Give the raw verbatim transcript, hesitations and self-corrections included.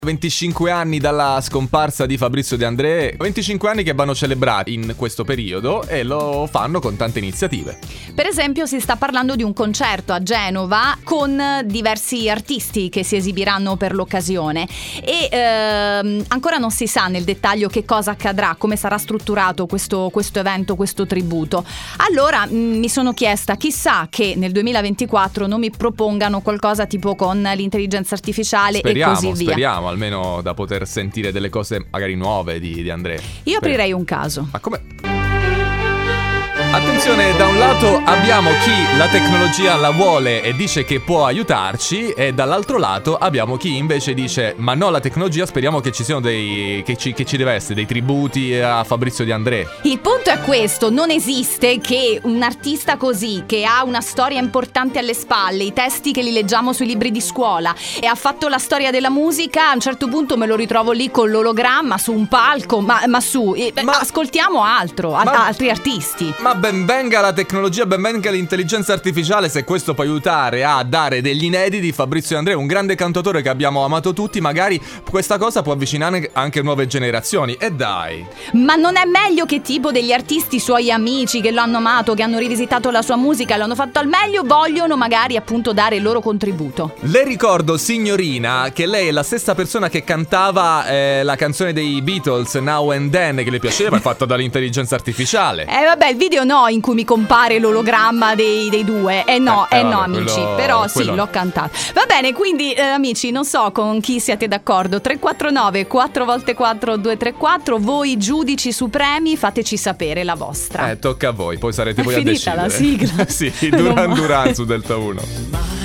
venticinque anni dalla scomparsa di Fabrizio De André, venticinque anni che vanno celebrati in questo periodo e lo fanno con tante iniziative. Per esempio si sta parlando di un concerto a Genova con diversi artisti che si esibiranno per l'occasione e ehm, ancora non si sa nel dettaglio che cosa accadrà, come sarà strutturato questo, questo evento, questo tributo. Allora mh, mi sono chiesta, chissà che nel duemilaventiquattro non mi propongano qualcosa tipo con l'intelligenza artificiale speriamo, e così via. Speriamo, almeno da poter sentire delle cose magari nuove di, di André. Io aprirei un caso. Ma come? Attenzione, da un lato abbiamo chi la tecnologia la vuole e dice che può aiutarci, e dall'altro lato abbiamo chi invece dice ma no, la tecnologia, speriamo che ci siano dei che ci, che ci deve essere dei tributi a Fabrizio De André. Il punto è questo: non esiste che un artista così, che ha una storia importante alle spalle, i testi che li leggiamo sui libri di scuola e ha fatto la storia della musica, a un certo punto me lo ritrovo lì con l'ologramma su un palco, ma, ma su eh, ma, ascoltiamo altro, a, ma, altri artisti. Ma ben venga la tecnologia, ben venga l'intelligenza artificiale, se questo può aiutare a dare degli inediti. Fabrizio De André, un grande cantautore che abbiamo amato tutti, magari questa cosa può avvicinare anche nuove generazioni. E dai, ma non è meglio che tipo degli artisti suoi amici che lo hanno amato, che hanno rivisitato la sua musica, l'hanno fatto al meglio, vogliono magari appunto dare il loro contributo. Le ricordo, signorina, che lei è la stessa persona che cantava eh, la canzone dei Beatles, Now and Then, che le piaceva, è fatta dall'intelligenza artificiale. Eh vabbè, il video no, in cui mi compare l'ologramma dei, dei due. Eh no, eh, eh, eh no, vabbè, amici, quello, però sì, quello... l'ho cantato. Va bene, quindi eh, amici, non so con chi siete d'accordo. Tre quattro nove quattro volte quattro due tre quattro, voi giudici supremi, fateci sapere la vostra. Eh, tocca a voi, poi sarete è voi finita a decidere. La sigla. Sì, Duran Duran su Delta uno.